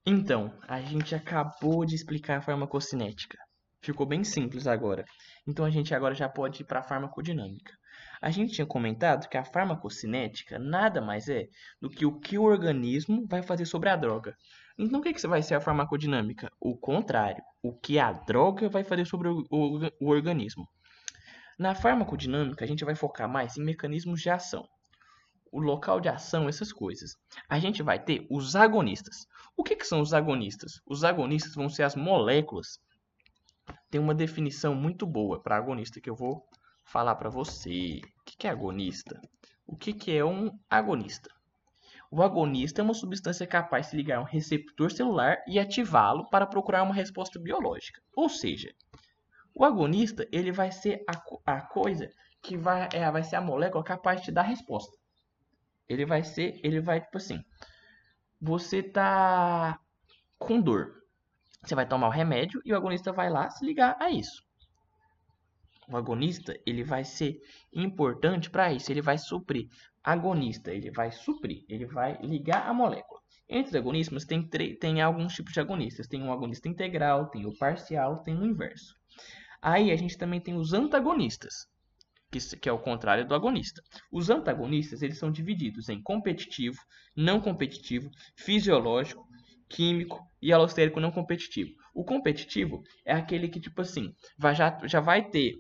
Então, a gente acabou de explicar a farmacocinética. Ficou bem simples agora. Então, a gente agora já pode ir para a farmacodinâmica. A gente tinha comentado que a farmacocinética nada mais é do que o organismo vai fazer sobre a droga. Então, o que vai ser a farmacodinâmica? O contrário, o que a droga vai fazer sobre o organismo. Na farmacodinâmica, a gente vai focar mais em mecanismos de ação, o local de ação, essas coisas. A gente vai ter os agonistas. O que são os agonistas? Os agonistas vão ser as moléculas. Tem uma definição muito boa para agonista que eu vou falar para você. O que é agonista? O que é um agonista? O agonista é uma substância capaz de se ligar a um receptor celular e ativá-lo para procurar uma resposta biológica. Ou seja, o agonista ele vai ser a coisa que vai ser a molécula capaz de te dar resposta. Ele vai tipo assim, você tá com dor. Você vai tomar o remédio e o agonista vai lá se ligar a isso. O agonista, ele vai ser importante para isso, ele vai suprir. Agonista, ele vai suprir, ele vai ligar a molécula. Entre os agonistas tem alguns tipos de agonistas. Tem um agonista integral, tem o parcial, tem o inverso. Aí a gente também tem os antagonistas, que é o contrário do agonista. Os antagonistas eles são divididos em competitivo, não competitivo, fisiológico, químico e alostérico não competitivo. O competitivo é aquele que, tipo assim, já vai ter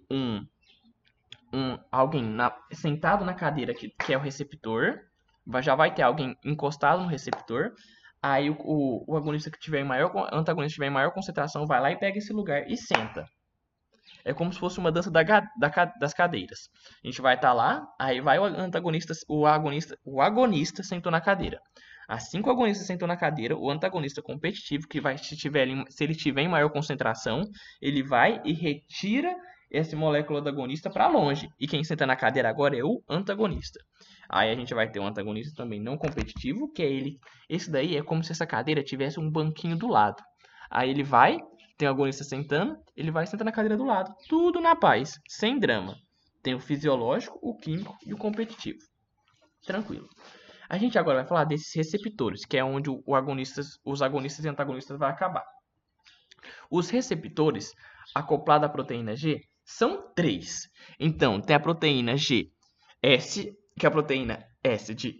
alguém sentado na cadeira que é o receptor, já vai ter alguém encostado no receptor, aí o agonista que tiver o antagonista que tiver em maior concentração vai lá e pega esse lugar e senta. É como se fosse uma dança das cadeiras. A gente vai estar lá, aí vai o agonista sentou na cadeira. Assim que o agonista sentou na cadeira, o antagonista competitivo, que vai, se ele tiver em maior concentração, ele vai e retira essa molécula do agonista para longe. E quem senta na cadeira agora é o antagonista. Aí a gente vai ter um antagonista também não competitivo, que é ele. Esse daí é como se essa cadeira tivesse um banquinho do lado. Aí ele vai, tem o agonista sentando, ele vai sentar na cadeira do lado. Tudo na paz, sem drama. Tem o fisiológico, o químico e o competitivo. Tranquilo. A gente agora vai falar desses receptores, que é onde os agonistas e antagonistas vão acabar. Os receptores acoplados à proteína G são três. Então, tem a proteína G S, que é a proteína S de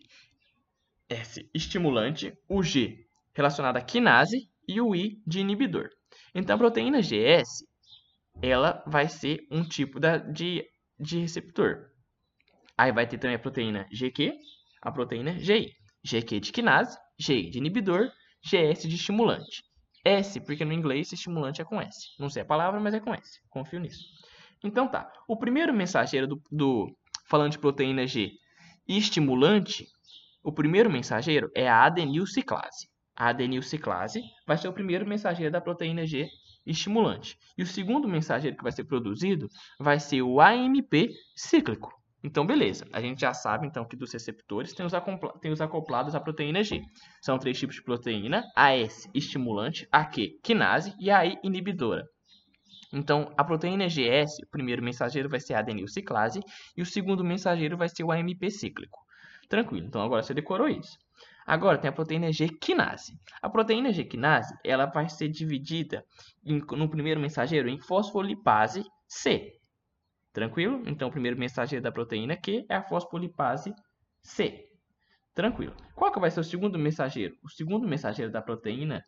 S estimulante, o G relacionado à quinase e o I de inibidor. Então, a proteína GS ela vai ser um tipo de receptor. Aí vai ter também a proteína GQ, a proteína GI. GQ de quinase, GI de inibidor, GS de estimulante. S, porque no inglês estimulante é com S. Não sei a palavra, mas é com S. Confio nisso. Então tá. O primeiro mensageiro falando de proteína G estimulante, o primeiro mensageiro é a adenilciclase. A adenilciclase vai ser o primeiro mensageiro da proteína G estimulante. E o segundo mensageiro que vai ser produzido vai ser o AMP cíclico. Então, beleza. A gente já sabe, então, que dos receptores tem os acoplados à proteína G. São três tipos de proteína: AS estimulante, AQ quinase e AI inibidora. Então, a proteína GS, o primeiro mensageiro vai ser a adenilciclase e o segundo mensageiro vai ser o AMP cíclico. Tranquilo. Então, agora você decorou isso. Agora tem a proteína G quinase. A proteína G quinase, ela vai ser dividida no primeiro mensageiro em fosfolipase C. Tranquilo? Então, o primeiro mensageiro da proteína Q é a fosfolipase C. Tranquilo. Qual que vai ser o segundo mensageiro? O segundo mensageiro da proteína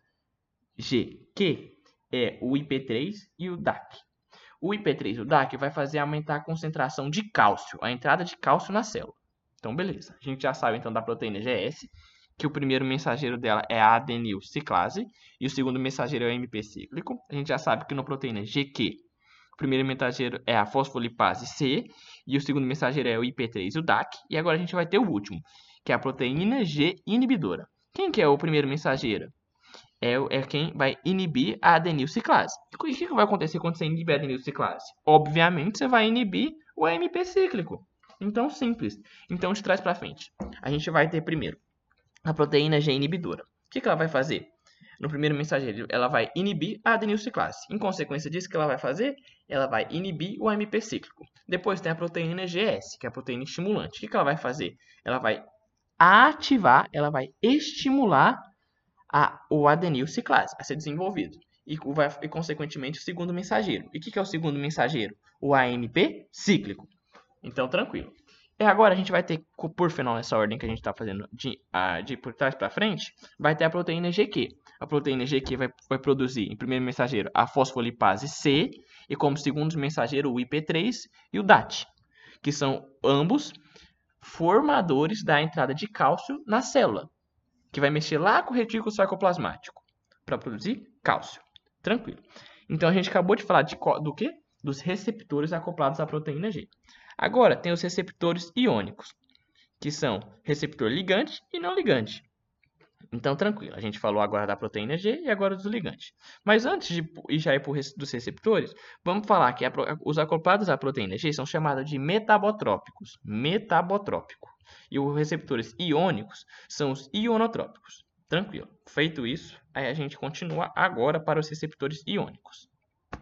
GQ é o IP3 e o DAC. O IP3 e o DAC vai fazer aumentar a concentração de cálcio, a entrada de cálcio na célula. Então, beleza. A gente já sabe, então, da proteína GS, que o primeiro mensageiro dela é a adenilciclase e o segundo mensageiro é o MP cíclico. A gente já sabe que na proteína GQ, o primeiro mensageiro é a fosfolipase C e o segundo mensageiro é o IP3 e o DAC. E agora a gente vai ter o último, que é a proteína G inibidora. Quem que é o primeiro mensageiro? É quem vai inibir a adenilciclase. E o que vai acontecer quando você inibir a adenilciclase? Obviamente, você vai inibir o AMP cíclico. Então, simples. Então, de trás para frente. A gente vai ter primeiro a proteína G inibidora. O que ela vai fazer? No primeiro mensageiro, ela vai inibir a adenilciclase. Em consequência disso, o que ela vai fazer? Ela vai inibir o AMP cíclico. Depois tem a proteína GS, que é a proteína estimulante. O que ela vai fazer? Ela vai ativar, ela vai estimular o adenil ciclase a ser desenvolvido. E, consequentemente, o segundo mensageiro. E o que é o segundo mensageiro? O AMP cíclico. Então, tranquilo. E agora a gente vai ter, por final, nessa ordem que a gente está fazendo de por trás para frente, vai ter a proteína GQ. A proteína GQ vai produzir, em primeiro mensageiro, a fosfolipase C e, como segundo mensageiro, o IP3 e o DAT, que são ambos formadores da entrada de cálcio na célula, que vai mexer lá com o retículo sarcoplasmático para produzir cálcio. Tranquilo. Então a gente acabou de falar do quê? Dos receptores acoplados à proteína G. Agora tem os receptores iônicos, que são receptor ligante e não ligante. Então, tranquilo, a gente falou agora da proteína G e agora dos ligantes. Mas antes de já ir dos receptores, vamos falar que os acoplados à proteína G são chamados de metabotrópicos. Metabotrópico. E os receptores iônicos são os ionotrópicos. Tranquilo. Feito isso, aí a gente continua agora para os receptores iônicos.